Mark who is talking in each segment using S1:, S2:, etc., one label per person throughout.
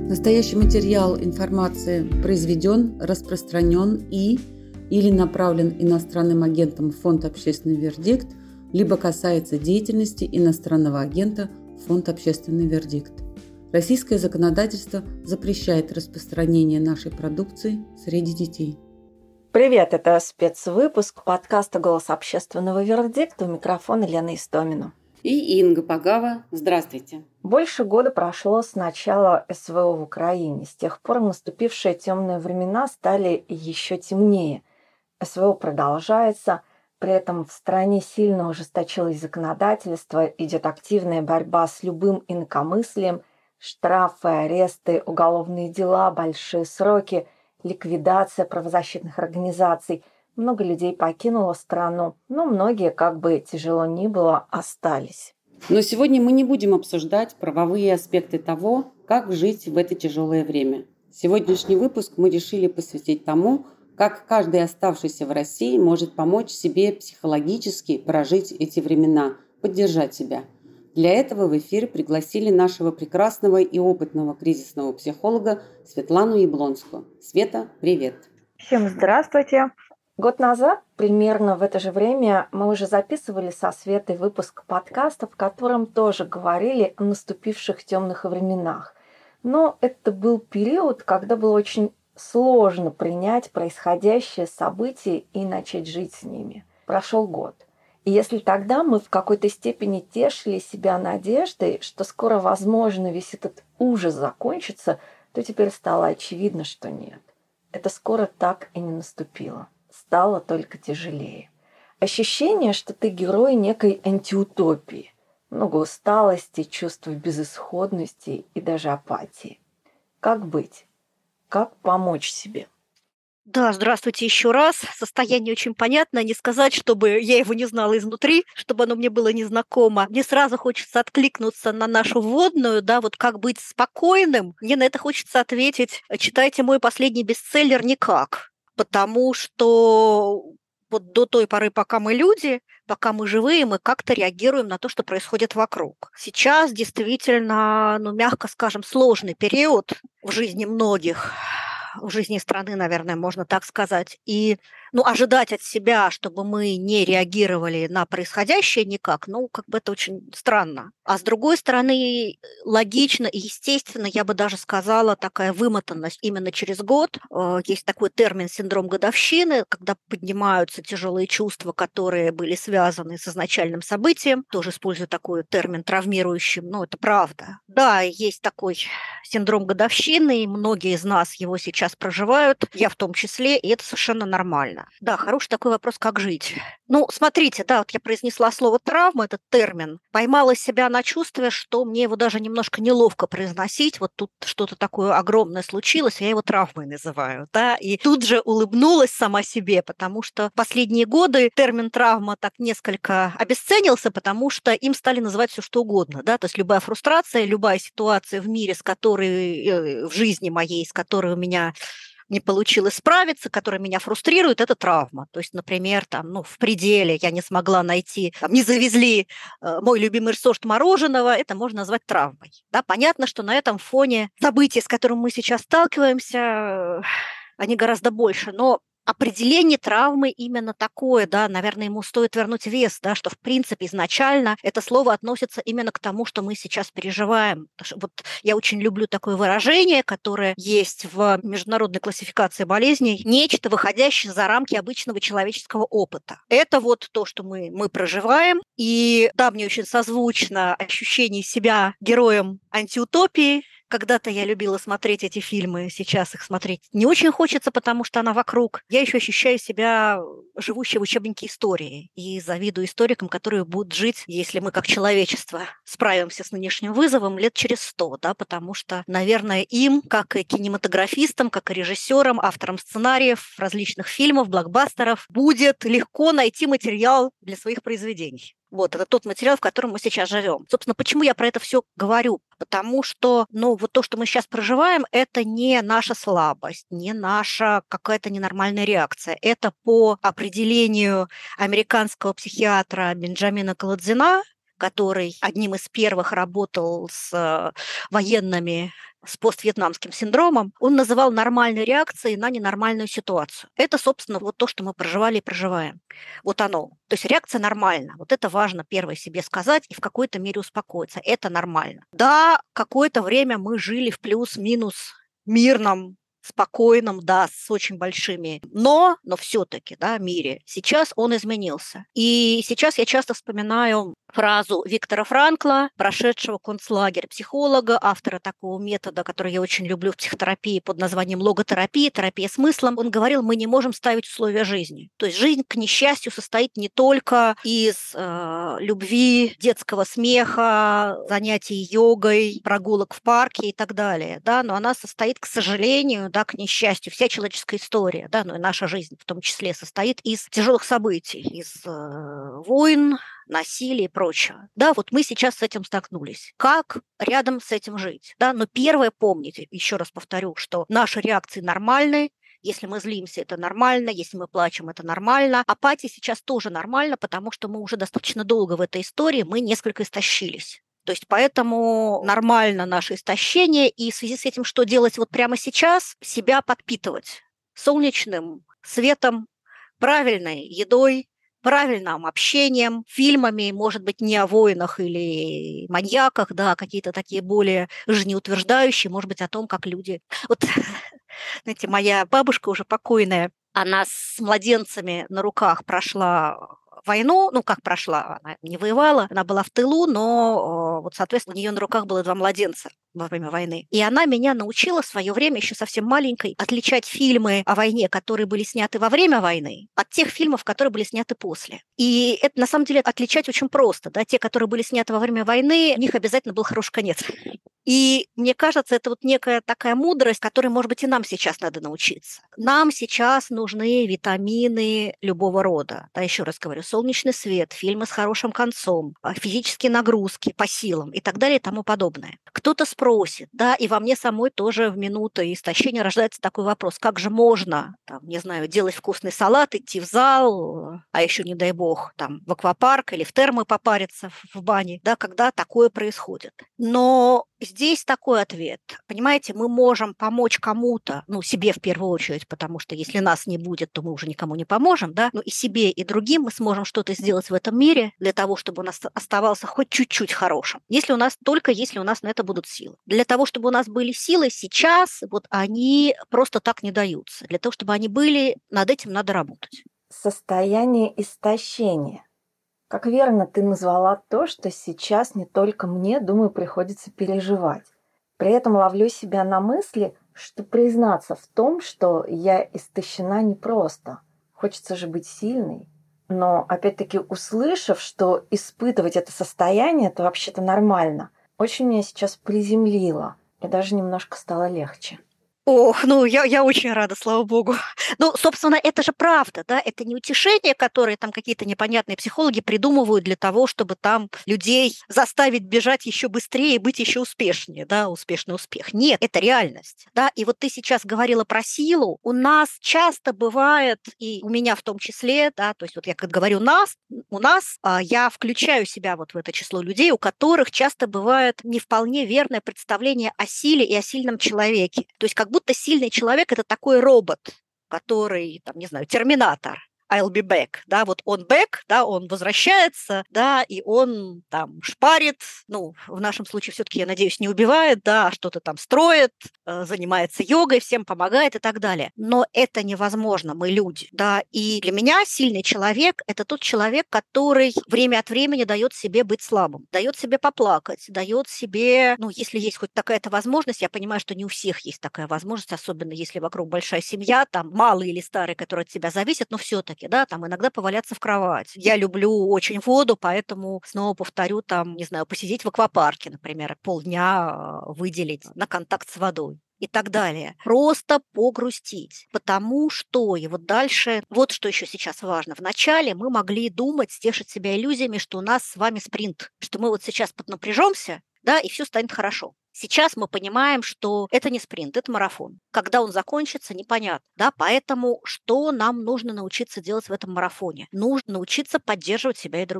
S1: Настоящий материал информации произведен, распространен или направлен иностранным агентом в Фонд «Общественный вердикт», либо касается деятельности иностранного агента в Фонд «Общественный вердикт». Российское законодательство запрещает распространение нашей продукции среди детей.
S2: Привет, это спецвыпуск подкаста «Голос общественного вердикта». У микрофона Лена Истомина.
S1: И Инга Пагава. Здравствуйте.
S2: Больше года прошло с начала СВО в Украине. С тех пор наступившие темные времена стали еще темнее. СВО продолжается, при этом в стране сильно ужесточилось законодательство, идет активная борьба с любым инакомыслием, штрафы, аресты, уголовные дела, большие сроки, ликвидация правозащитных организаций. Много людей покинуло страну, но многие, как бы тяжело ни было, остались.
S1: Но сегодня мы не будем обсуждать правовые аспекты того, как жить в это тяжелое время. Сегодняшний выпуск мы решили посвятить тому, как каждый оставшийся в России может помочь себе психологически прожить эти времена, поддержать себя. Для этого в эфир пригласили нашего прекрасного и опытного кризисного психолога Светлану Яблонскую. Света, привет!
S2: Всем здравствуйте! Год назад, примерно в это же время, мы уже записывали со Светой выпуск подкаста, в котором тоже говорили о наступивших темных временах. Но это был период, когда было очень сложно принять происходящее события и начать жить с ними. Прошел год. И если тогда мы в какой-то степени тешили себя надеждой, что скоро, возможно, весь этот ужас закончится, то теперь стало очевидно, что нет. Это скоро так и не наступило. Стало только тяжелее. Ощущение, что ты герой некой антиутопии. Много усталости, чувства безысходности и даже апатии. Как быть? Как помочь себе?
S3: Да, здравствуйте еще раз. Состояние очень понятное. Не сказать, чтобы я его не знала изнутри, чтобы оно мне было незнакомо. Мне сразу хочется откликнуться на нашу вводную, да, вот как быть спокойным. Мне на это хочется ответить: читайте мой последний бестселлер «Никак». Потому что вот до той поры, пока мы люди, пока мы живые, мы как-то реагируем на то, что происходит вокруг. Сейчас действительно, мягко скажем, сложный период в жизни многих, в жизни страны, наверное, можно так сказать. И ожидать от себя, чтобы мы не реагировали на происходящее никак, как бы это очень странно. А с другой стороны, логично и естественно, я бы даже сказала, такая вымотанность именно через год. Есть такой термин «синдром годовщины», когда поднимаются тяжелые чувства, которые были связаны с изначальным событием. Тоже использую такой термин травмирующий, это правда. Да, есть такой синдром годовщины, и многие из нас его сейчас проживают, я в том числе, и это совершенно нормально. Да, хороший такой вопрос, как жить. Смотрите, да, вот я произнесла слово «травма», этот термин, поймала себя на чувстве, что мне его даже немножко неловко произносить, вот тут что-то такое огромное случилось, я его травмой называю, да, и тут же улыбнулась сама себе, потому что последние годы термин «травма» так несколько обесценился, потому что им стали называть все что угодно, да, то есть любая фрустрация, любая ситуация в мире, с которой, в жизни моей, с которой у меня не получилось справиться, которая меня фрустрирует, это травма. То есть, например, в пределе я не смогла найти, не завезли мой любимый сорт мороженого, это можно назвать травмой. Да, понятно, что на этом фоне событий, с которыми мы сейчас сталкиваемся, они гораздо больше, но определение травмы именно такое, да, наверное, ему стоит вернуть вес, да, что, в принципе, изначально это слово относится именно к тому, что мы сейчас переживаем. Вот я очень люблю такое выражение, которое есть в международной классификации болезней, нечто, выходящее за рамки обычного человеческого опыта. Это вот то, что мы проживаем, и да, мне очень созвучно ощущение себя героем антиутопии. Когда-то я любила смотреть эти фильмы, сейчас их смотреть не очень хочется, потому что она вокруг. Я еще ощущаю себя живущей в учебнике истории и завидую историкам, которые будут жить, если мы как человечество справимся с нынешним вызовом, лет через 100, да, потому что, наверное, им, как и кинематографистам, как и режиссерам, авторам сценариев, различных фильмов, блокбастеров, будет легко найти материал для своих произведений. Вот, это тот материал, в котором мы сейчас живем. Собственно, почему я про это все говорю? Потому что, вот то, что мы сейчас проживаем, это не наша слабость, не наша какая-то ненормальная реакция. Это по определению американского психиатра Бенджамина Каладзина, который одним из первых работал с военными с поствьетнамским синдромом, он называл нормальной реакцией на ненормальную ситуацию. Это, собственно, вот то, что мы проживали и проживаем. Вот оно. То есть реакция нормальна. Вот это важно первое себе сказать и в какой-то мере успокоиться. Это нормально. Да, какое-то время мы жили в плюс-минус мирном, спокойном, да, с очень большими, но все-таки, да, мире. Сейчас он изменился. И сейчас я часто вспоминаю фразу Виктора Франкла, прошедшего концлагерь психолога, автора такого метода, который я очень люблю в психотерапии под названием логотерапия, терапия смыслом. Он говорил, мы не можем ставить условия жизни. То есть жизнь, к несчастью, состоит не только из любви, детского смеха, занятий йогой, прогулок в парке и так далее, да, но она состоит, к сожалению, да, к несчастью, вся человеческая история, да, ну и наша жизнь в том числе состоит из тяжелых событий, из войн, насилие и прочее. Да, вот мы сейчас с этим столкнулись. Как рядом с этим жить? Да, но первое помните, еще раз повторю, что наши реакции нормальны. Если мы злимся, это нормально, если мы плачем, это нормально. Апатия сейчас тоже нормально, потому что мы уже достаточно долго в этой истории, мы несколько истощились. То есть поэтому нормально наше истощение, и в связи с этим что делать вот прямо сейчас? Себя подпитывать солнечным светом, правильной едой, правильным общением, фильмами, может быть, не о войнах или маньяках, да, а какие-то такие более жизнеутверждающие, может быть, о том, как люди... Вот, знаете, моя бабушка уже покойная, она с младенцами на руках прошла войну, ну, как прошла, она не воевала, она была в тылу, но вот, соответственно, у нее на руках было 2 младенца во время войны. И она меня научила в свое время, еще совсем маленькой, отличать фильмы о войне, которые были сняты во время войны, от тех фильмов, которые были сняты после. И это, на самом деле, отличать очень просто. Да? Те, которые были сняты во время войны, у них обязательно был хороший конец. И мне кажется, это вот некая такая мудрость, которой, может быть, и нам сейчас надо научиться. Нам сейчас нужны витамины любого рода. Да, еще раз говорю, солнечный свет, фильмы с хорошим концом, физические нагрузки по силам и так далее и тому подобное. Кто-то спросит, да, и во мне самой тоже в минуты истощения рождается такой вопрос, как же можно, там, не знаю, делать вкусный салат, идти в зал, а еще, не дай бог, там, в аквапарк или в термы попариться в бане, да, когда такое происходит. Но здесь такой ответ. Понимаете, мы можем помочь кому-то, ну, себе в первую очередь, потому что если нас не будет, то мы уже никому не поможем, да, но и себе, и другим мы сможем что-то сделать в этом мире для того, чтобы у нас оставался хоть чуть-чуть хорошим. Если у нас на это будут силы. Для того, чтобы у нас были силы сейчас, вот они просто так не даются. Для того, чтобы они были, над этим надо работать.
S2: Состояние истощения. Как верно ты назвала то, что сейчас не только мне, думаю, приходится переживать. При этом ловлю себя на мысли, что признаться в том, что я истощена непросто. Хочется же быть сильной. Но, опять-таки, услышав, что испытывать это состояние, это вообще-то нормально, очень меня сейчас приземлило. И даже немножко стало легче.
S3: Ох, ну я очень рада, слава богу. Ну, собственно, это же правда, да, это не утешение, которое там какие-то непонятные психологи придумывают для того, чтобы там людей заставить бежать еще быстрее и быть еще успешнее, да, успешный успех. Нет, это реальность, да, и вот ты сейчас говорила про силу, у нас часто бывает, и у меня в том числе, да, то есть вот я как говорю у нас, я включаю себя вот в это число людей, у которых часто бывает не вполне верное представление о силе и о сильном человеке. То есть как будто сильный человек – это такой робот, который, там, не знаю, терминатор. I'll be back, да, вот он back, да, он возвращается, да, и он там шпарит, ну, в нашем случае все-таки, я надеюсь, не убивает, да, а что-то там строит, занимается йогой, всем помогает и так далее. Но это невозможно, мы люди, да, и для меня сильный человек – это тот человек, который время от времени дает себе быть слабым, дает себе поплакать, дает себе, ну, если есть хоть такая-то возможность, я понимаю, что не у всех есть такая возможность, особенно если вокруг большая семья, там, малый или старый, который от тебя зависит, но все-таки, да, там иногда поваляться в кровать. Я люблю очень воду, поэтому, снова повторю, там, не знаю, посидеть в аквапарке, например, полдня выделить на контакт с водой и так далее. Просто погрустить, потому что, и вот дальше, вот что еще сейчас важно. Вначале мы могли думать, стешить себя иллюзиями, что у нас с вами спринт, что мы вот сейчас поднапряжемся, да, и все станет хорошо. Сейчас мы понимаем, что это не спринт, это марафон. Когда он закончится, непонятно. Да? Поэтому что нам нужно научиться делать в этом марафоне? Нужно научиться поддерживать себя и других.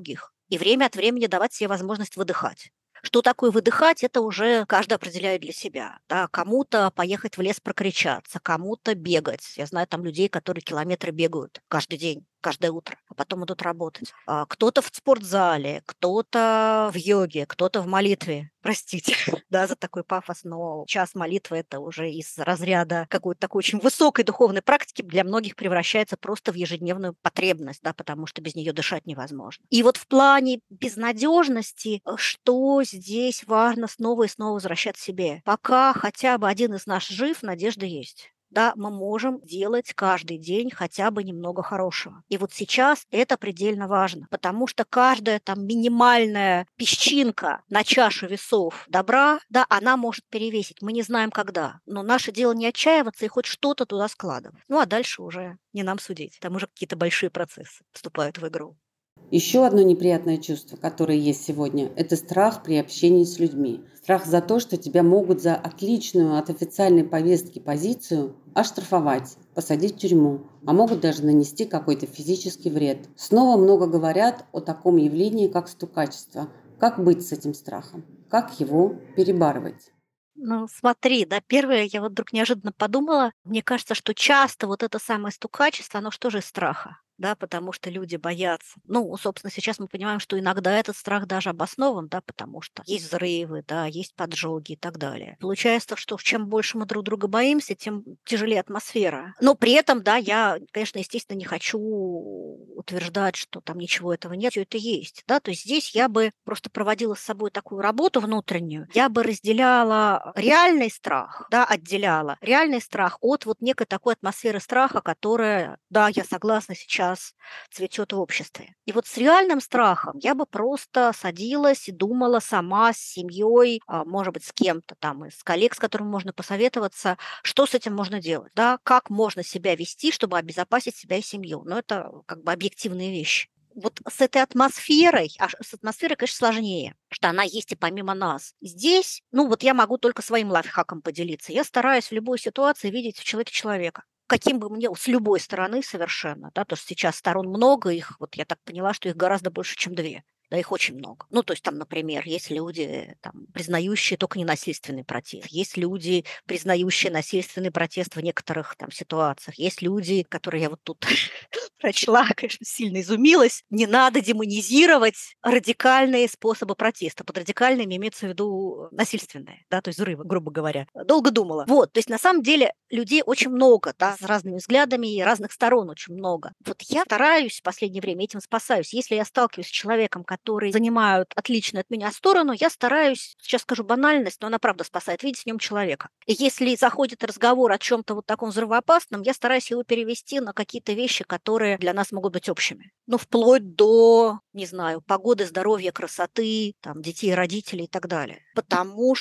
S3: и время от времени давать себе возможность выдыхать. Что такое выдыхать, это уже каждый определяет для себя. Да, кому-то поехать в лес прокричаться, кому-то бегать. Я знаю там людей, которые километры бегают каждый день, каждое утро, а потом идут работать. Кто-то в спортзале, кто-то в йоге, кто-то в молитве. Простите, да, за такой пафос, но час молитвы – это уже из разряда какой-то такой очень высокой духовной практики для многих превращается просто в ежедневную потребность, да, потому что без нее дышать невозможно. И вот в плане безнадежности, что здесь важно снова и снова возвращать себе. Пока хотя бы один из нас жив, надежда есть. Да, мы можем делать каждый день хотя бы немного хорошего. И вот сейчас это предельно важно, потому что каждая там минимальная песчинка на чашу весов добра, да, она может перевесить. Мы не знаем когда. Но наше дело не отчаиваться и хоть что-то туда складывать. Ну а дальше уже не нам судить. Там уже какие-то большие процессы вступают в игру.
S1: Еще одно неприятное чувство, которое есть сегодня, это страх при общении с людьми. Страх за то, что тебя могут за отличную от официальной повестки позицию оштрафовать, посадить в тюрьму, а могут даже нанести какой-то физический вред. Снова много говорят о таком явлении, как стукачество. Как быть с этим страхом? Как его перебарывать?
S3: Ну, смотри, да, первое, я вот вдруг неожиданно подумала, мне кажется, что часто вот это самое стукачество, оно что же из страха? Да, потому что люди боятся. Ну, собственно, сейчас мы понимаем, что иногда этот страх даже обоснован, да, потому что есть взрывы, да, есть поджоги и так далее. Получается, что чем больше мы друг друга боимся, тем тяжелее атмосфера. Но при этом, да, я, конечно, естественно, не хочу утверждать, что там ничего этого нет, все это есть, да, то есть здесь я бы просто проводила с собой такую работу внутреннюю, я бы разделяла реальный страх, да, отделяла реальный страх от вот некой такой атмосферы страха, которая, да, я согласна, сейчас цветет в обществе. И вот с реальным страхом я бы просто садилась и думала сама с семьей, может быть, с кем-то там из коллег, с которыми можно посоветоваться, что с этим можно делать, да, как можно себя вести, чтобы обезопасить себя и семью. Но это как бы объективные вещи. Вот с этой атмосферой, с атмосферой, конечно, сложнее, что она есть и помимо нас. Здесь, ну вот я могу только своим лайфхаком поделиться. Я стараюсь в любой ситуации видеть в человеке человека. Каким бы мне, с любой стороны совершенно, да, потому что сейчас сторон много, их, вот я так поняла, что их гораздо больше, чем две. Да, их очень много. Ну, то есть там, например, есть люди, там, признающие только ненасильственный протест. Есть люди, признающие насильственный протест в некоторых там ситуациях. Есть люди, которые я вот тут прочла, конечно, сильно изумилась. Не надо демонизировать радикальные способы протеста. Под радикальными имеется в виду насильственные, да, то есть взрывы, грубо говоря. Долго думала. Вот, то есть на самом деле людей очень много, да, с разными взглядами и разных сторон очень много. Вот я стараюсь в последнее время, этим спасаюсь. Если я сталкиваюсь с человеком, который занимают отличную от меня сторону, я стараюсь, сейчас скажу банальность, но она правда спасает, видеть в нем человека. И если заходит разговор о чем-то вот таком взрывоопасном, я стараюсь его перевести на какие-то вещи, которые для нас могут быть общими. Ну, вплоть до, не знаю, погоды, здоровья, красоты, там, детей, родителей и так далее. Потому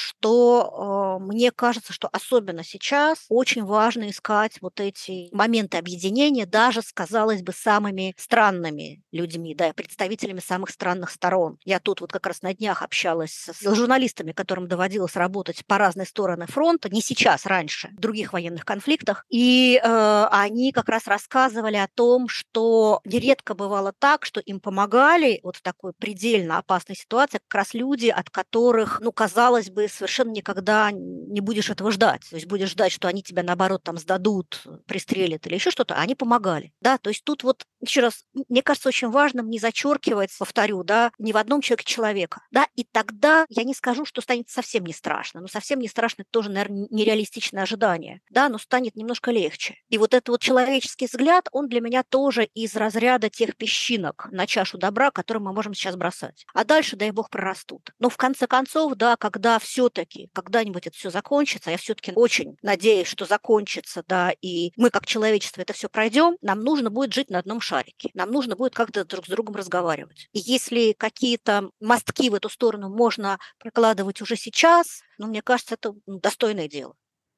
S3: что мне кажется, что особенно сейчас очень важно искать вот эти моменты объединения даже с, казалось бы, самыми странными людьми, да, представителями самых странных сторон. Я тут вот как раз на днях общалась с журналистами, которым доводилось работать по разные стороны фронта, не сейчас, раньше, в других военных конфликтах, и они как раз рассказывали о том, что нередко бывало так, что им помогали вот в такой предельно опасной ситуации как раз люди, от которых, ну, казалось бы, совершенно никогда не будешь этого ждать. То есть будешь ждать, что они тебя, наоборот, там сдадут, пристрелят или еще что-то, а они помогали. Да, то есть тут вот, еще раз, мне кажется, очень важным не зачеркивать, повторю, да, ни в одном человеке человека. Да, и тогда я не скажу, что станет совсем не страшно. Но совсем не страшно, это тоже, наверное, нереалистичное ожидание. Да, но станет немножко легче. И вот этот вот человеческий взгляд, он для меня тоже из разряда тех песчинок на чашу добра, которые мы можем сейчас бросать. А дальше, дай бог, прорастут. Но в конце концов, да, когда все-таки когда-нибудь это все закончится, я все-таки очень надеюсь, что закончится, да, и мы как человечество это все пройдем, нам нужно будет жить на одном шарике. Нам нужно будет как-то друг с другом разговаривать. И если какие-то мостки в эту сторону можно прокладывать уже сейчас, ну, мне кажется, это достойное дело.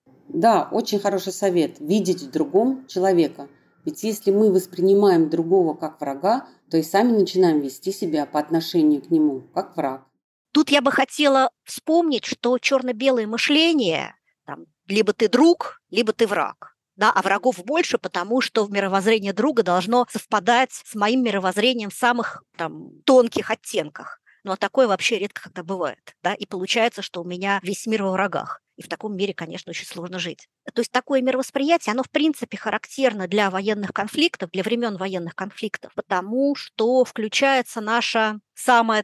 S1: Да, очень хороший совет – видеть в другом человека. Ведь если мы воспринимаем другого как врага, то и сами начинаем вести себя по отношению к нему как враг.
S3: Тут я бы хотела вспомнить, что черно-белое мышление, там, либо ты друг, либо ты враг. да, а врагов больше, потому что мировоззрение друга должно совпадать с моим мировоззрением в самых там тонких оттенках. Ну, а такое вообще редко когда бывает, да, и получается, что у меня весь мир во врагах. И в таком мире, конечно, очень сложно жить. То есть такое мировосприятие, оно в принципе характерно для военных конфликтов, для времен военных конфликтов, потому что включается наша самая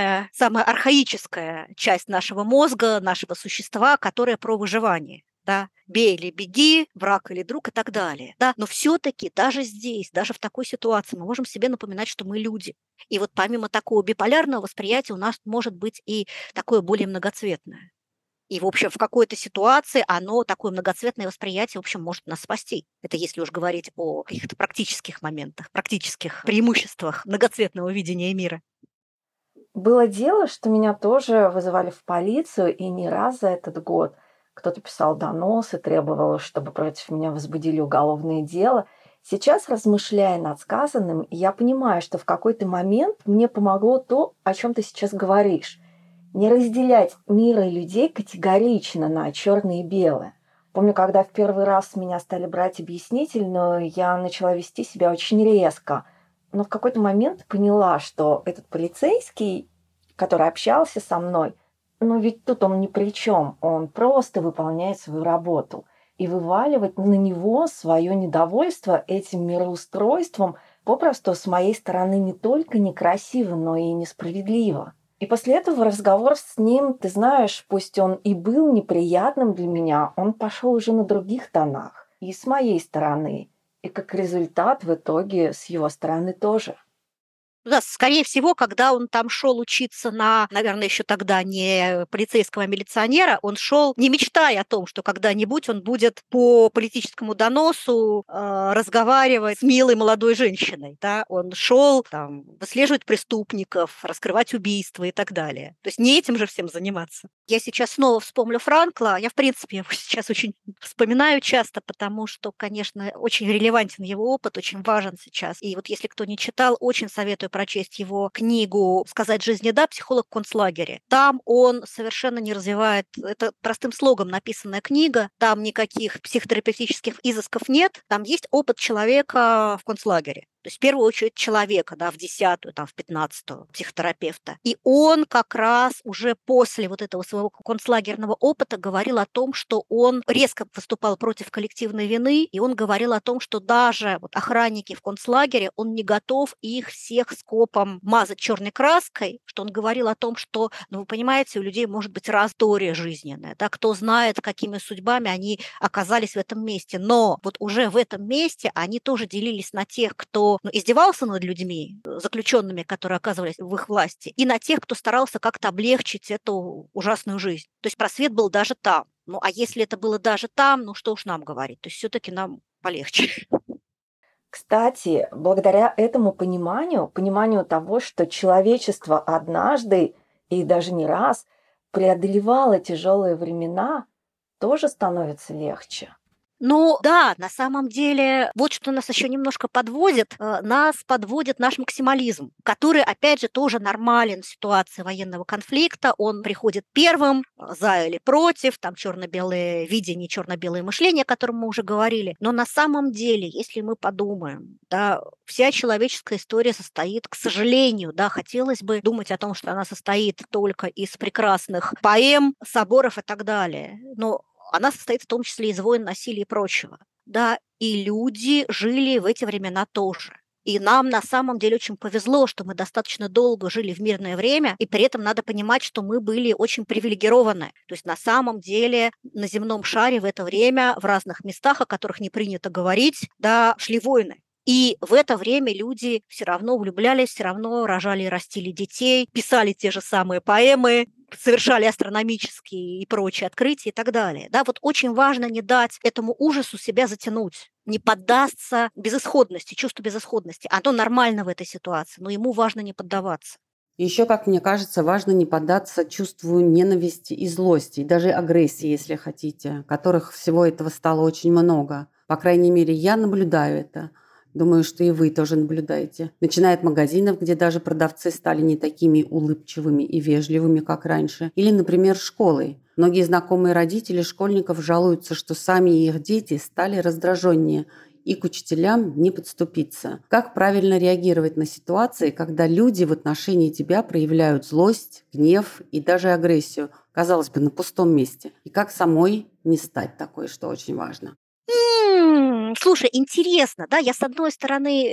S3: архаическая часть нашего мозга, нашего существа, которая про выживание. Да, бей или беги, враг или друг и так далее. Да, но все-таки даже здесь, даже в такой ситуации мы можем себе напоминать, что мы люди. И вот помимо такого биполярного восприятия у нас может быть и такое более многоцветное. И, в общем, в какой-то ситуации оно, такое многоцветное восприятие, в общем, может нас спасти. Это если уж говорить о каких-то практических моментах, практических преимуществах многоцветного видения мира.
S2: Было дело, что меня тоже вызывали в полицию, и не раз за этот год кто-то писал доносы, требовал, чтобы против меня возбудили уголовное дело. Сейчас, размышляя над сказанным, я понимаю, что в какой-то момент мне помогло то, о чем ты сейчас говоришь. Не разделять мир и людей категорично на черное и белое. Помню, когда в первый раз меня стали брать объяснительную, я начала вести себя очень резко. Но в какой-то момент поняла, что этот полицейский, который общался со мной, ну ведь тут он ни при чем, он просто выполняет свою работу. И вываливать на него свое недовольство этим мироустройством попросту с моей стороны не только некрасиво, но и несправедливо. И после этого разговор с ним, ты знаешь, пусть он и был неприятным для меня, он пошел уже на других тонах. И с моей стороны, и как результат в итоге с его стороны тоже.
S3: Да, скорее всего, когда он там шел учиться на, наверное, еще тогда не полицейского, а милиционера, он шел, не мечтая о том, что когда-нибудь он будет по политическому доносу разговаривать с милой молодой женщиной. Да? Он шел там, выслеживать преступников, раскрывать убийства и так далее. То есть не этим же всем заниматься. Я сейчас снова вспомню Франкла. Я, в принципе, его сейчас очень вспоминаю часто, потому что, конечно, очень релевантен его опыт, очень важен сейчас. И вот если кто не читал, очень советую прочесть его книгу «Сказать жизни да. Психолог в концлагере». Там он совершенно не развивает, это простым слогом написанная книга, там никаких психотерапевтических изысков нет, там есть опыт человека в концлагере. То есть в первую очередь человека, да, в 10-ю, там, в 15-ю психотерапевта. И он как раз уже после вот этого своего концлагерного опыта говорил о том, что он резко выступал против коллективной вины, и он говорил о том, что даже вот охранники в концлагере, он не готов их всех скопом мазать черной краской, что он говорил о том, что, ну, вы понимаете, у людей может быть разная история жизненная, да, кто знает, какими судьбами они оказались в этом месте. Но вот уже в этом месте они тоже делились на тех, кто издевался над людьми, заключенными, которые оказывались в их власти, и на тех, кто старался как-то облегчить эту ужасную жизнь. То есть просвет был даже там. Ну, а если это было даже там, ну, что уж нам говорить? То есть все-таки нам полегче.
S2: Кстати, благодаря этому пониманию того, что человечество однажды и даже не раз преодолевало тяжелые времена, тоже становится легче.
S3: Ну да, на самом деле, вот что нас еще немножко подводит, нас подводит наш максимализм, который, опять же, тоже нормален в ситуации военного конфликта. Он приходит первым, за или против, там черно-белое видение, черно-белое мышление, о котором мы уже говорили. Но на самом деле, если мы подумаем, да, вся человеческая история состоит, к сожалению, да, хотелось бы думать о том, что она состоит только из прекрасных поэм, соборов и так далее. Но она состоит в том числе из войн, насилия и прочего. Да, и люди жили в эти времена тоже. И нам на самом деле очень повезло, что мы достаточно долго жили в мирное время, и при этом надо понимать, что мы были очень привилегированы. То есть на самом деле на земном шаре в это время в разных местах, о которых не принято говорить, да, шли войны. И в это время люди все равно влюблялись, все равно рожали и растили детей, писали те же самые поэмы, совершали астрономические и прочие открытия и так далее. Да, вот очень важно не дать этому ужасу себя затянуть, не поддастся безысходности, чувству безысходности. Оно нормально в этой ситуации, но ему важно не поддаваться.
S1: Еще, как мне кажется, важно не поддаться чувству ненависти и злости, и даже агрессии, если хотите, которых всего этого стало очень много. По крайней мере, я наблюдаю это. Думаю, что и вы тоже наблюдаете. Начиная от магазинов, где даже продавцы стали не такими улыбчивыми и вежливыми, как раньше. Или, например, школой, Многие знакомые родители школьников жалуются, что сами их дети стали раздраженнее и к учителям не подступиться. Как правильно реагировать на ситуации, когда люди в отношении тебя проявляют злость, гнев и даже агрессию, казалось бы, на пустом месте? И как самой не стать такой, что очень важно?
S3: Слушай, интересно, да, я с одной стороны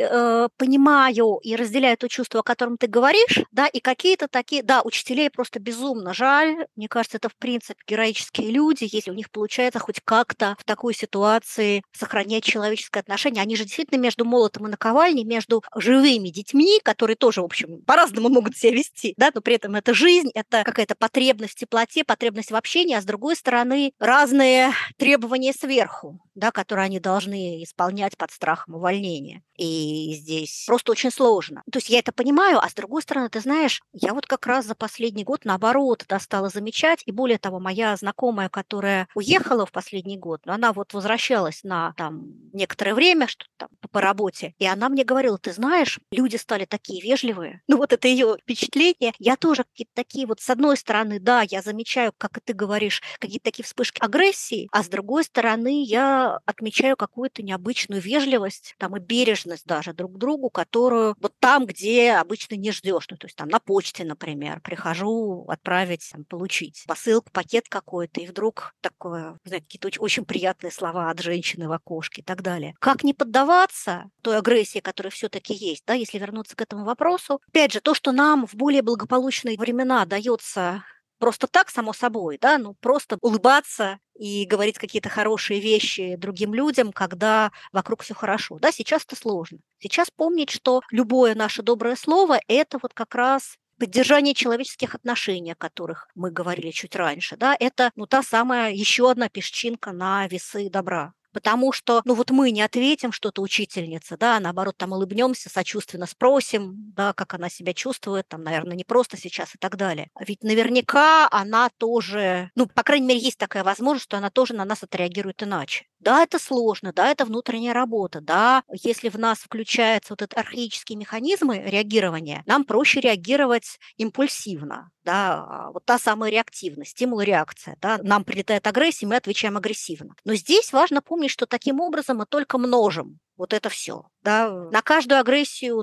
S3: понимаю и разделяю то чувство, о котором ты говоришь, да, и какие-то такие, да, учителей просто безумно жаль. Мне кажется, это в принципе героические люди, если у них получается хоть как-то в такой ситуации сохранять человеческое отношение. Они же действительно между молотом и наковальней, между живыми детьми, которые тоже, в общем, по-разному могут себя вести, да, но при этом это жизнь, это какая-то потребность в теплоте, потребность в общении, а с другой стороны разные требования сверху, да, которые они должны исполнять под страхом увольнения. И здесь просто очень сложно. То есть я это понимаю, а с другой стороны, ты знаешь, я вот как раз за последний год, наоборот, да, стала замечать, и более того, моя знакомая, которая уехала в последний год, но она вот возвращалась на там некоторое время, что там по работе, и она мне говорила, ты знаешь, люди стали такие вежливые. Ну вот это ее впечатление. Я тоже какие-то такие вот, с одной стороны, да, я замечаю, как и ты говоришь, какие-то такие вспышки агрессии, а с другой стороны, я отмечаю какую-то необычную вежливость, там и бережность даже друг к другу, которую вот там, где обычно не ждешь, ну, то есть там на почте, например, прихожу отправить, там, получить посылку, пакет какой-то, и вдруг такое, знаете, какие-то очень приятные слова от женщины в окошке и так далее. Как не поддаваться той агрессии, которая все-таки есть, да, если вернуться к этому вопросу? Опять же, то, что нам в более благополучные времена дается просто так, само собой, да, ну просто улыбаться и говорить какие-то хорошие вещи другим людям, когда вокруг все хорошо. Да, сейчас это сложно. Сейчас помнить, что любое наше доброе слово – это вот как раз поддержание человеческих отношений, о которых мы говорили чуть раньше, да, это ну, та самая еще одна песчинка на весы добра. Потому что, ну вот мы не ответим что-то учительнице, да, а наоборот, там улыбнемся, сочувственно спросим, да, как она себя чувствует, там, наверное, не просто сейчас и так далее. А ведь наверняка она тоже, ну, по крайней мере, есть такая возможность, что она тоже на нас отреагирует иначе. Да, это сложно, да, это внутренняя работа, да, если в нас включаются вот эти архаические механизмы реагирования, нам проще реагировать импульсивно, да, вот та самая реактивность, стимул-реакция, да, нам прилетает агрессия, мы отвечаем агрессивно. Но здесь важно помнить, что таким образом мы только множим вот это все. Да. На каждую агрессию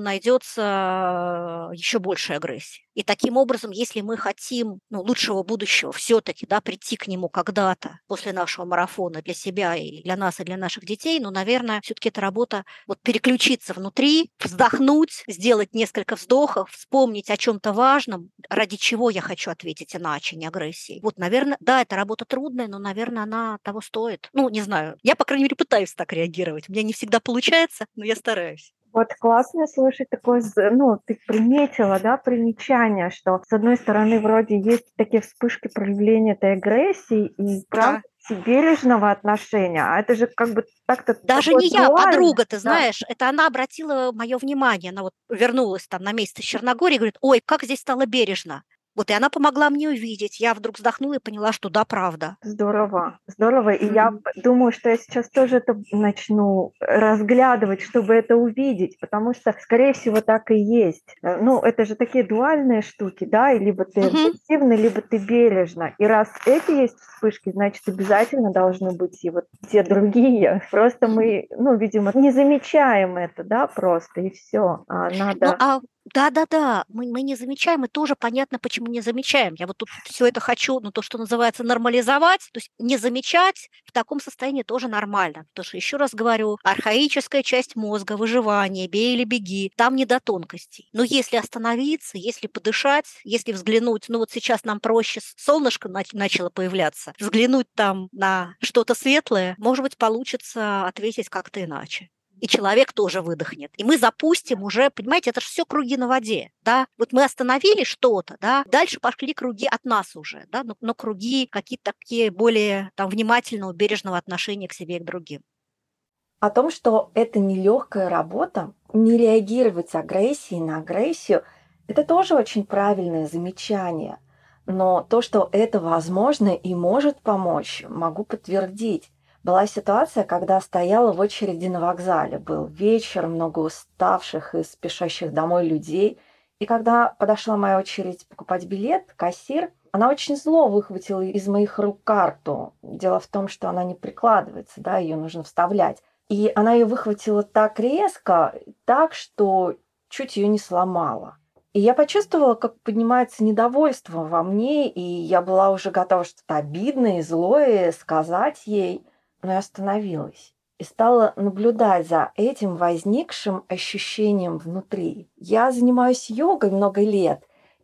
S3: найдется еще больше агрессии. И таким образом, если мы хотим лучшего будущего все-таки, да, прийти к нему когда-то после нашего марафона для себя и для нас, и для наших детей, наверное, все-таки эта работа вот переключиться внутри, вздохнуть, сделать несколько вздохов, вспомнить о чем-то важном, ради чего я хочу ответить иначе, не агрессией. Вот, наверное, да, эта работа трудная, но, наверное, она того стоит. Ну, не знаю. Я, по крайней мере, пытаюсь так реагировать. У меня не всегда получается, но я стараюсь.
S2: Вот классно слышать такое, ты приметила, да, примечание, что с одной стороны вроде есть такие вспышки проявления этой агрессии и правда бережного отношения, а это же как бы так-то
S3: даже не я,
S2: дуально.
S3: подруга, ты знаешь, это она обратила мое внимание, она вот вернулась там на месяц из Черногории и говорит, ой, как здесь стало бережно. Вот, и она помогла мне увидеть. Я вдруг вздохнула и поняла, что да, правда.
S2: Здорово, здорово. И я думаю, что я сейчас тоже это начну разглядывать, чтобы это увидеть, потому что, скорее всего, так и есть. Ну, это же такие дуальные штуки, да, и либо ты агрессивно, либо ты бережно. И раз эти есть вспышки, значит, обязательно должны быть и вот те другие. Просто мы, видимо, не замечаем это, да, просто, и все. Надо...
S3: Да, мы не замечаем, и тоже понятно, почему не замечаем. Я вот тут все это хочу, то, что называется, нормализовать, то есть не замечать в таком состоянии тоже нормально. Потому что, еще раз говорю, архаическая часть мозга, выживание, бей или беги, там не до тонкостей. Но если остановиться, если подышать, если взглянуть, вот сейчас нам проще, солнышко начало появляться, взглянуть там на что-то светлое, может быть, получится ответить как-то иначе. И человек тоже выдохнет. И мы запустим уже, понимаете, это же все круги на воде, да. Вот мы остановили что-то, да, дальше пошли круги от нас уже, да, но круги какие-то такие более там внимательного, бережного отношения к себе и к другим.
S2: О том, что это нелегкая работа, не реагировать агрессией на агрессию, это тоже очень правильное замечание. Но то, что это возможно и может помочь, могу подтвердить. Была ситуация, когда стояла в очереди на вокзале. Был вечер, много уставших и спешащих домой людей. И когда подошла моя очередь покупать билет, кассир Она очень зло выхватила из моих рук карту. Дело в том, что она не прикладывается, да, ее нужно вставлять. И она ее выхватила так резко, так, что чуть ее не сломала. И я почувствовала, как поднимается недовольство во мне, и я была уже готова что-то обидное и злое сказать ей, но я остановилась и стала наблюдать за этим возникшим ощущением внутри. Я занимаюсь йогой много лет,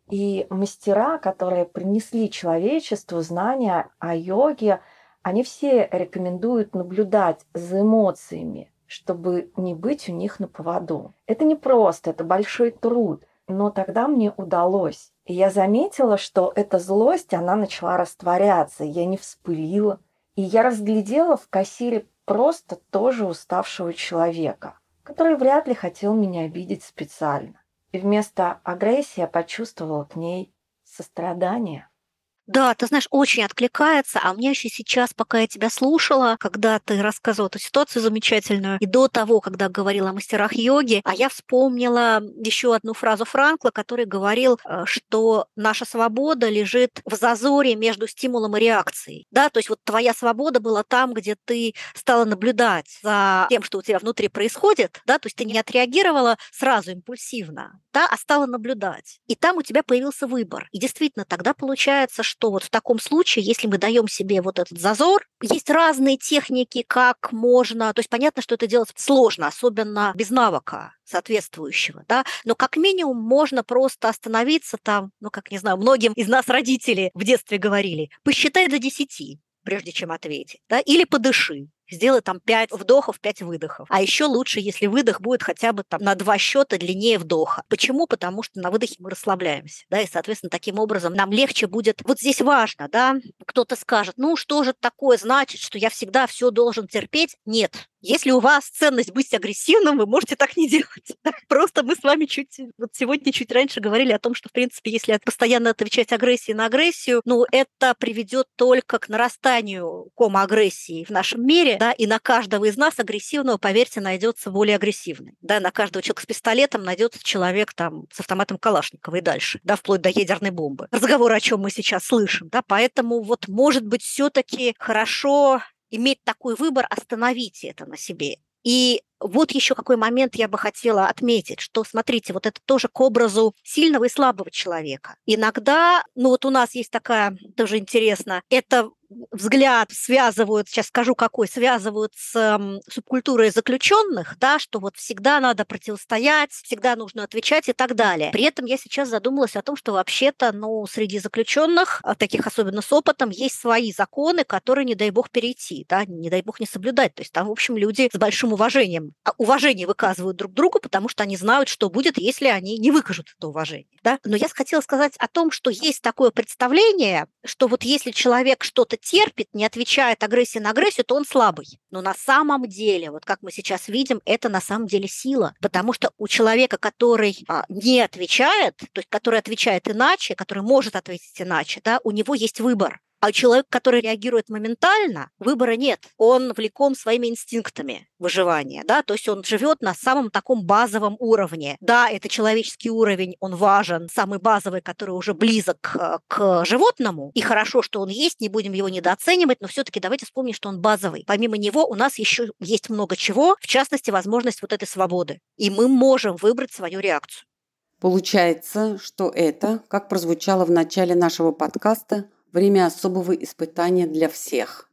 S2: и мастера, которые принесли человечеству знания о йоге, они все рекомендуют наблюдать за эмоциями, чтобы не быть у них на поводу. Это не просто, это большой труд, но тогда мне удалось. И я заметила, что эта злость, она начала растворяться, я не вспылила. И я разглядела в кассире просто тоже уставшего человека, который вряд ли хотел меня обидеть специально. И вместо агрессии я почувствовала к ней сострадание.
S3: Да, ты знаешь, очень откликается, а мне еще сейчас, пока я тебя слушала, когда ты рассказывала эту ситуацию замечательную, и до того, когда говорила о мастерах йоги, а я вспомнила еще одну фразу Франкла, который говорил, что наша свобода лежит в зазоре между стимулом и реакцией. Да, то есть вот твоя свобода была там, где ты стала наблюдать за тем, что у тебя внутри происходит, да, то есть ты не отреагировала сразу импульсивно, да, а стала наблюдать. И там у тебя появился выбор. И действительно, тогда получается, что вот в таком случае, если мы даем себе вот этот зазор, есть разные техники, как можно, то есть понятно, что это делать сложно, особенно без навыка соответствующего, да, но как минимум можно просто остановиться там, ну, как, не знаю, многим из нас родители в детстве говорили, посчитай до 10, прежде чем ответить, да, или подыши. Сделай там 5 вдохов, 5 выдохов. А еще лучше, если выдох будет хотя бы там на 2 счета длиннее вдоха. Почему? Потому что на выдохе мы расслабляемся, да, и, соответственно, таким образом нам легче будет. Вот здесь важно, да, кто-то скажет, ну, что же такое значит, что я всегда все должен терпеть? Нет. Если у вас ценность быть агрессивным, вы можете так не делать. Просто мы с вами вот сегодня чуть раньше говорили о том, что, в принципе, если постоянно отвечать агрессией на агрессию, ну, это приведет только к нарастанию кома агрессии в нашем мире, да, и на каждого из нас агрессивного, поверьте, найдется более агрессивный. Да, на каждого человека с пистолетом найдется человек там с автоматом Калашникова и дальше, да, вплоть до ядерной бомбы. Разговор, о чем мы сейчас слышим, да, поэтому вот, может быть, все-таки хорошо иметь такой выбор, остановите это на себе. И вот еще какой момент я бы хотела отметить, что, смотрите, вот это тоже к образу сильного и слабого человека. Иногда, ну вот у нас есть такая, тоже интересно, это взгляд связывают, сейчас скажу какой, связывают с субкультурой заключенных, да, что вот всегда надо противостоять, всегда нужно отвечать и так далее. При этом я сейчас задумалась о том, что вообще-то, ну, среди заключенных, таких особенно с опытом, есть свои законы, которые, не дай бог, перейти, да, не дай бог не соблюдать. То есть там, в общем, люди с большим уважением уважение выказывают друг другу, потому что они знают, что будет, если они не выкажут это уважение. Да? Но я хотела сказать о том, что есть такое представление, что вот если человек что-то терпит, не отвечает агрессии на агрессию, то он слабый. Но на самом деле, вот как мы сейчас видим, это на самом деле сила. Потому что у человека, который не отвечает, то есть который отвечает иначе, который может ответить иначе, да, у него есть выбор. А человек, который реагирует моментально, выбора нет. Он влеком своими инстинктами выживания, да, то есть он живет на самом таком базовом уровне. Да, это человеческий уровень, он важен, самый базовый, который уже близок к животному, и хорошо, что он есть, не будем его недооценивать, но все-таки давайте вспомним, что он базовый. Помимо него у нас еще есть много чего, в частности, возможность вот этой свободы. И мы можем выбрать свою реакцию.
S1: Получается, что это, как прозвучало в начале нашего подкаста, время особого испытания для всех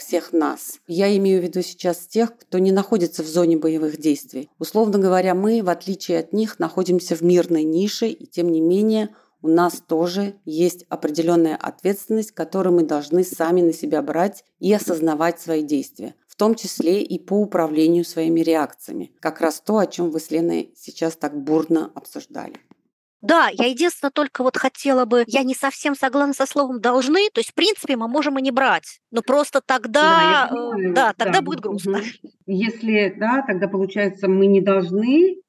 S1: нас. Я имею в виду сейчас тех, кто не находится в зоне боевых действий. Условно говоря, мы, в отличие от них, находимся в мирной нише, и тем не менее у нас тоже есть определенная ответственность, которую мы должны сами на себя брать и осознавать свои действия, в том числе и по управлению своими реакциями. Как раз то, о чем вы с Леной сейчас так бурно обсуждали.
S3: Да, я единственное только вот хотела бы, я не совсем согласна со словом «должны», то есть, в принципе, мы можем и не брать, но просто тогда,
S4: Да, я понимаю,
S3: да, тогда будет грустно.
S4: Если, да, тогда получается, мы не должны,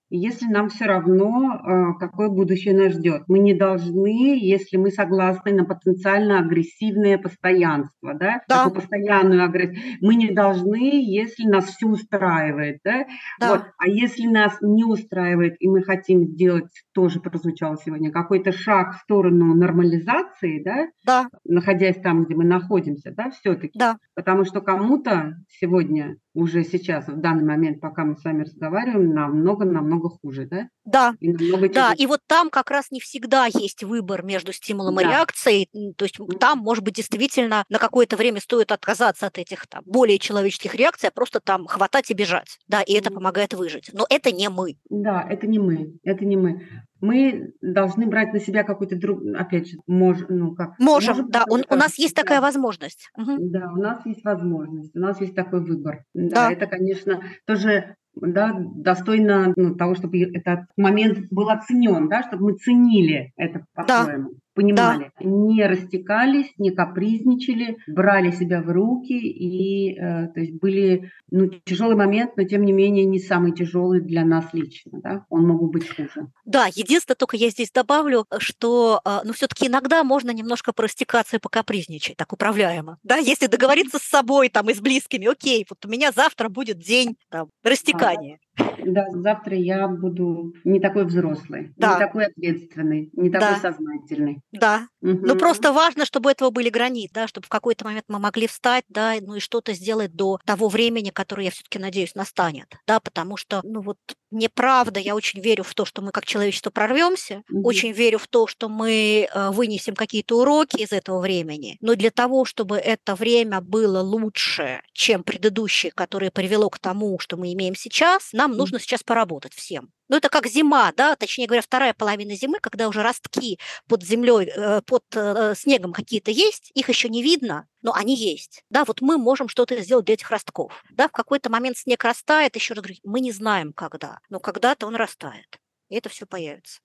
S1: если нам все равно, какое будущее нас ждет. Мы не должны, если мы согласны на потенциально агрессивное постоянство, да,
S3: Да,
S1: такую постоянную агрессию, мы не должны, если нас все устраивает, да. Вот.
S3: да,
S1: А если нас не устраивает, и мы хотим сделать, тоже прозвучало сегодня, какой-то шаг в сторону нормализации, да,
S3: да,
S1: находясь там, где мы находимся, да, все-таки.
S3: да.
S1: Потому что кому-то сегодня, уже сейчас, в данный момент, пока мы с вами разговариваем, намного хуже, да,
S3: Да,
S1: и намного
S3: да,
S1: тяжелее.
S3: и вот там как раз не всегда есть выбор между стимулом и
S1: Да.
S3: реакцией. То есть там, может быть, действительно на какое-то время стоит отказаться от этих там более человеческих реакций, а просто там хватать и бежать. Да, и это помогает выжить. Но это не мы.
S1: Да, это не мы, это не мы. Мы должны брать на себя какой-то друг, опять же, ну как,
S3: Можем,
S1: можем,
S3: да,
S1: потому
S3: у
S1: что,
S3: нас есть такая
S1: да,
S3: возможность. Мгм.
S1: да, у нас есть возможность, у нас есть такой выбор. Да,
S3: Да,
S1: это, конечно, тоже, да, достойно, ну, того, чтобы этот момент был оценен, да, чтобы мы ценили это
S3: да,
S1: по-своему,
S3: да.
S1: понимали, не растекались, не капризничали, брали себя в руки и, то есть были, ну, тяжелый момент, но тем не менее не самый тяжелый для нас лично, да, он мог бы быть хуже.
S3: Да, единственное, только я здесь добавлю, что, ну, все таки иногда можно немножко порастекаться и покапризничать, так управляемо. Да, если договориться с собой там и с близкими: "Окей, вот у меня завтра будет день там
S1: Да,
S3: растекания".
S1: да, завтра я буду не такой взрослый, не
S3: Да,
S1: такой ответственный, не такой
S3: да.
S1: сознательный.
S3: Да. Ну,
S1: Мгм.
S3: просто важно, чтобы у этого были границы, да, чтобы в какой-то момент мы могли встать, да, ну и что-то сделать до того времени, которое, я все-таки надеюсь, настанет, да, потому что, ну вот, неправда, я очень верю в то, что мы как человечество прорвемся, очень
S1: Мгм.
S3: верю в то, что мы вынесем какие-то уроки из этого времени, но для того, чтобы это время было лучше, чем предыдущее, которое привело к тому, что мы имеем сейчас, нам нужно сейчас поработать всем. Ну, это как зима, да, точнее говоря, вторая половина зимы, когда уже ростки под землей, под снегом какие-то есть, их еще не видно, но они есть. Да, вот мы можем что-то сделать для этих ростков. Да, в какой-то момент снег растает, еще раз говорю, мы не знаем когда, но когда-то он растает, и это все появится.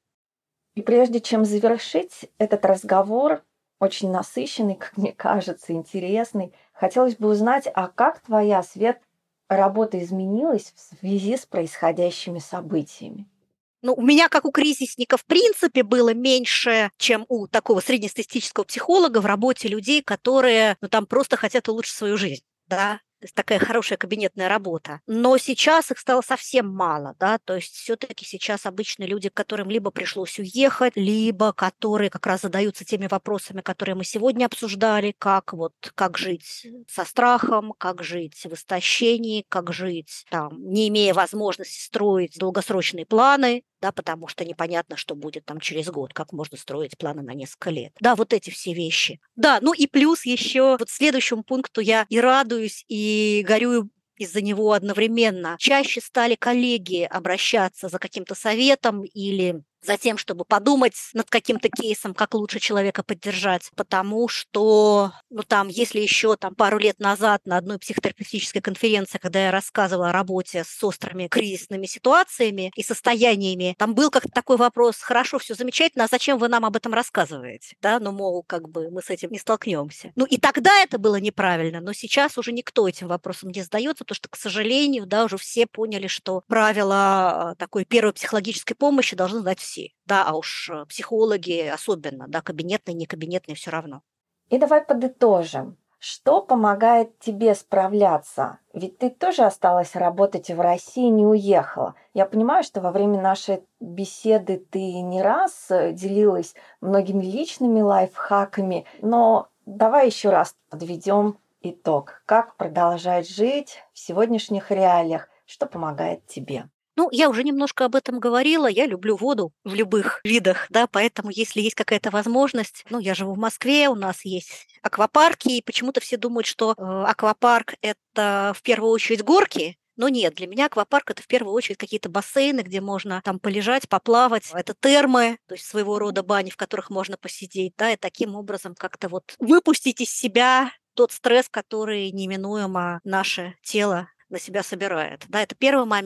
S2: И прежде чем завершить этот разговор, очень насыщенный, как мне кажется, интересный, хотелось бы узнать, а как твоя, Свет, работа изменилась в связи с происходящими событиями?
S3: Ну, у меня, как у кризисника, в принципе, было меньше, чем у такого среднестатистического психолога в работе людей, которые, ну, там просто хотят улучшить свою жизнь, да. То есть такая хорошая кабинетная работа. Но сейчас их стало совсем мало, да, то есть все-таки сейчас обычно люди, которым либо пришлось уехать, либо которые как раз задаются теми вопросами, которые мы сегодня обсуждали, как вот, как жить со страхом, как жить в истощении, как жить, там, не имея возможности строить долгосрочные планы, да, потому что непонятно, что будет там через год, как можно строить планы на несколько лет. Да, вот эти все вещи. Да, ну и плюс еще вот следующему пункту я и радуюсь, и горюю из-за него одновременно. Чаще стали коллеги обращаться за каким-то советом или за тем, чтобы подумать над каким-то кейсом, как лучше человека поддержать, потому что, ну там, если еще там пару лет назад на одной психотерапевтической конференции, когда я рассказывала о работе с острыми кризисными ситуациями и состояниями, там был как-то такой вопрос: хорошо, все замечательно, а зачем вы нам об этом рассказываете? Да, ну, мол, как бы мы с этим не столкнемся. Ну, и тогда это было неправильно, но сейчас уже никто этим вопросом не задается, потому что, к сожалению, да, уже все поняли, что правила такой первой психологической помощи должны знать все. Да, а уж психологи особенно, да, кабинетные, не кабинетные, все равно.
S2: И давай подытожим. Что помогает тебе справляться? Ведь ты тоже осталась работать в России, не уехала. Я понимаю, что во время нашей беседы ты не раз делилась многими личными лайфхаками, но давай еще раз подведем итог. Как продолжать жить в сегодняшних реалиях? Что помогает тебе?
S3: Ну, я уже немножко об этом говорила. Я люблю воду в любых видах, да, поэтому если есть какая-то возможность, ну, я живу в Москве, у нас есть аквапарки, и почему-то все думают, что аквапарк– это в первую очередь горки, но нет, для меня аквапарк– это в первую очередь какие-то бассейны, где можно там полежать, поплавать. Это термы, то есть своего рода бани, в которых можно посидеть, да, и таким образом как-то вот выпустить из себя тот стресс, который неминуемо наше тело на себя собирает. Да, это первый момент.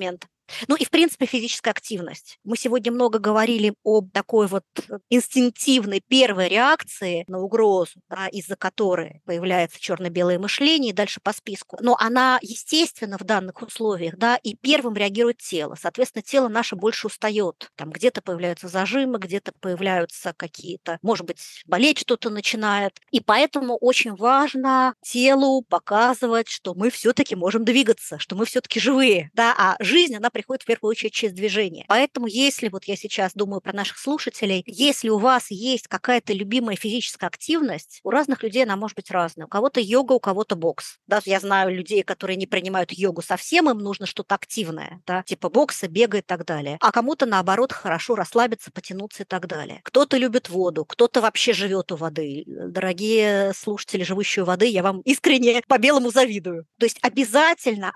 S3: Ну и, в принципе, физическая активность. Мы сегодня много говорили об такой вот инстинктивной первой реакции на угрозу, да, из-за которой появляется черно-белое мышление и дальше по списку. Но она, естественно, в данных условиях, да, и первым реагирует тело. Соответственно, тело наше больше устает. Там где-то появляются зажимы, где-то появляются какие-то, может быть, болеть что-то начинает. И поэтому очень важно телу показывать, что мы все-таки можем двигаться, что мы все-таки живые, да, а жизнь, она приходит в первую очередь через движение. Поэтому если вот я сейчас думаю про наших слушателей, если у вас есть какая-то любимая физическая активность, у разных людей она может быть разная. У кого-то йога, у кого-то бокс. Да, я знаю людей, которые не принимают йогу совсем, им нужно что-то активное, да, типа бокса, бега и так далее. А кому-то, наоборот, хорошо расслабиться, потянуться и так далее. Кто-то любит воду, кто-то вообще живет у воды. Дорогие слушатели, живущие у воды, я вам искренне по-белому завидую. То есть обязательно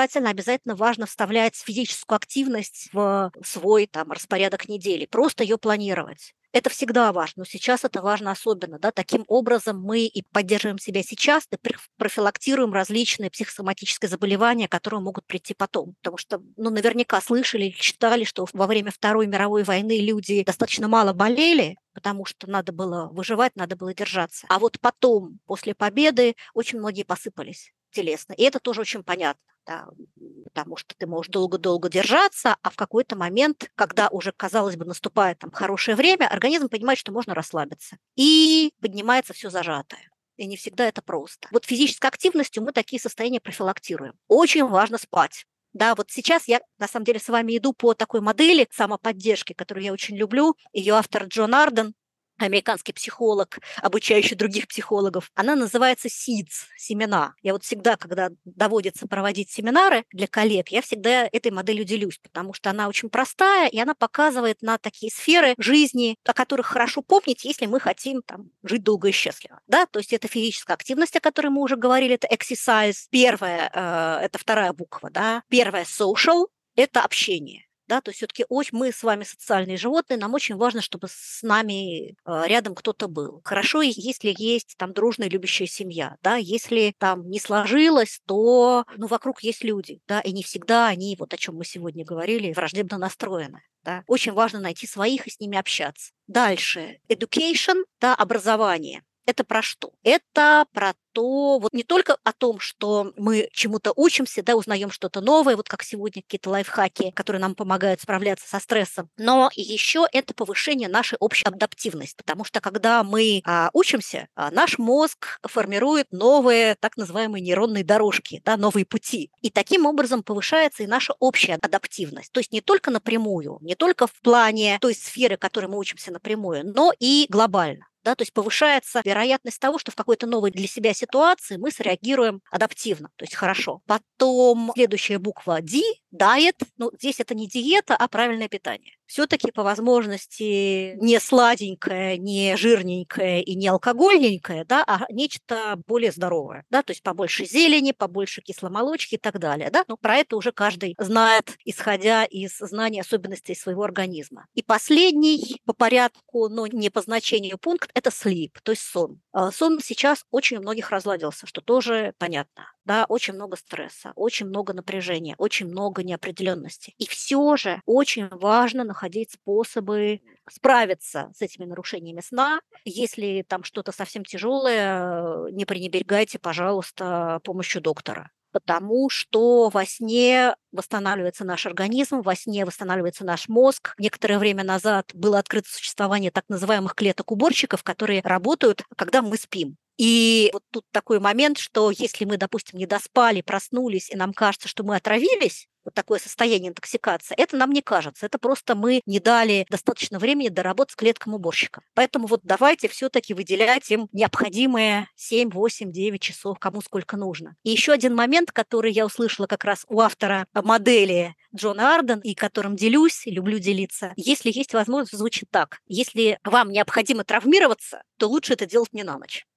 S3: важно вставлять физическую активность в свой там распорядок недели, просто ее планировать. Это всегда важно, но сейчас это важно особенно. Да? Таким образом мы и поддерживаем себя сейчас, и профилактируем различные психосоматические заболевания, которые могут прийти потом. Потому что наверняка слышали или читали, что во время Второй мировой войны люди достаточно мало болели, потому что надо было выживать, надо было держаться. А вот потом, после победы, очень многие посыпались телесно. И это тоже очень понятно. Да, потому что ты можешь долго-долго держаться, а в какой-то момент, когда уже, казалось бы, наступает там хорошее время, организм понимает, что можно расслабиться. И поднимается все зажатое. И не всегда это просто. Вот физической активностью мы такие состояния профилактируем. Очень важно спать. Да, вот сейчас я, на самом деле, с вами иду по такой модели самоподдержки, которую я очень люблю. Ее автор Джон Арден, американский психолог, обучающий других психологов. Она называется SEEDS, семена. Я вот всегда, когда доводится проводить семинары для коллег, я всегда этой моделью делюсь, потому что она очень простая, и она показывает на такие сферы жизни, о которых хорошо помнить, если мы хотим там жить долго и счастливо. Да? То есть это физическая активность, о которой мы уже говорили, это exercise. Первая, это вторая буква, да. Первая social, это общение. Да, то есть все-таки мы с вами социальные животные, нам очень важно, чтобы с нами рядом кто-то был. Хорошо, если есть там дружная любящая семья, да, если там не сложилось, то вокруг есть люди, да, и не всегда они, вот о чем мы сегодня говорили, враждебно настроены. Да. Очень важно найти своих и с ними общаться. Дальше, education, да, образование. Это про что? Это про то, вот не только о том, что мы чему-то учимся, да, узнаем что-то новое, вот как сегодня какие-то лайфхаки, которые нам помогают справляться со стрессом, но еще это повышение нашей общей адаптивности, потому что когда мы учимся, наш мозг формирует новые так называемые нейронные дорожки, да, новые пути, и таким образом повышается и наша общая адаптивность, то есть не только напрямую, не только в плане той сферы, которой мы учимся напрямую, но и глобально. Да, то есть повышается вероятность того, что в какой-то новой для себя ситуации мы среагируем адаптивно, то есть хорошо. Потом следующая буква D, diet, здесь это не диета, а правильное питание. Все-таки по возможности не сладенькое, не жирненькое и не алкогольненькое, да, а нечто более здоровое, да, то есть побольше зелени, побольше кисломолочки и так далее, да, про это уже каждый знает, исходя из знаний особенностей своего организма. И последний по порядку, но не по значению пункт, это sleep, то есть сон. Сон сейчас очень у многих разладился, что тоже понятно. Да, очень много стресса, очень много напряжения, очень много неопределенности. И все же очень важно находить способы справиться с этими нарушениями сна. Если там что-то совсем тяжелое, не пренебрегайте, пожалуйста, помощью доктора. Потому что во сне восстанавливается наш организм, во сне восстанавливается наш мозг. Некоторое время назад было открыто существование так называемых клеток-уборщиков, которые работают, когда мы спим. И вот тут такой момент, что если мы, допустим, не доспали, проснулись, и нам кажется, что мы отравились, вот такое состояние интоксикации, это нам не кажется. Это просто мы не дали достаточно времени доработать клеткам уборщика. Поэтому вот давайте все-таки выделять им необходимые 7, 8, 9 часов, кому сколько нужно. И еще один момент, который я услышала как раз у автора модели Джона Арден, и которым делюсь, и люблю делиться. Если есть возможность, звучит так. Если вам необходимо травмироваться, то лучше это делать не на ночь.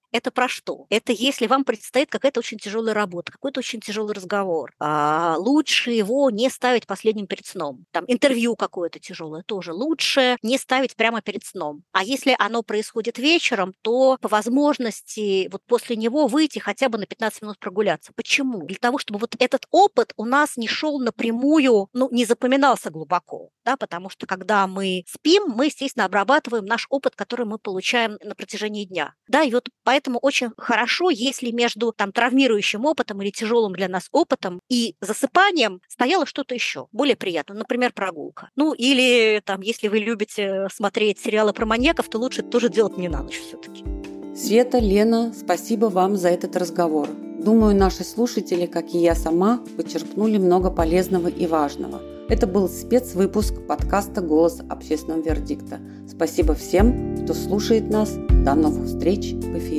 S3: Это про что? Это если вам предстоит какая-то очень тяжелая работа, какой-то очень тяжелый разговор. Лучше его не ставить последним перед сном. Там интервью какое-то тяжелое тоже лучше не ставить прямо перед сном. А если оно происходит вечером, то по возможности вот после него выйти хотя бы на 15 минут прогуляться. Почему? Для того, чтобы вот этот опыт у нас не шел напрямую, не запоминался глубоко. Да, потому что когда мы спим, мы, естественно, обрабатываем наш опыт, который мы получаем на протяжении дня. Да, и вот поэтому очень хорошо, если между травмирующим опытом или тяжелым для нас опытом и засыпанием стояло что-то еще более приятное, например, прогулка. Или если вы любите смотреть сериалы про маньяков, то лучше это тоже делать не на ночь все-таки.
S1: Света, Лена, спасибо вам за этот разговор. Думаю, наши слушатели, как и я сама, почерпнули много полезного и важного. Это был спецвыпуск подкаста «Голос общественного вердикта». Спасибо всем, кто слушает нас. До новых встреч в эфире.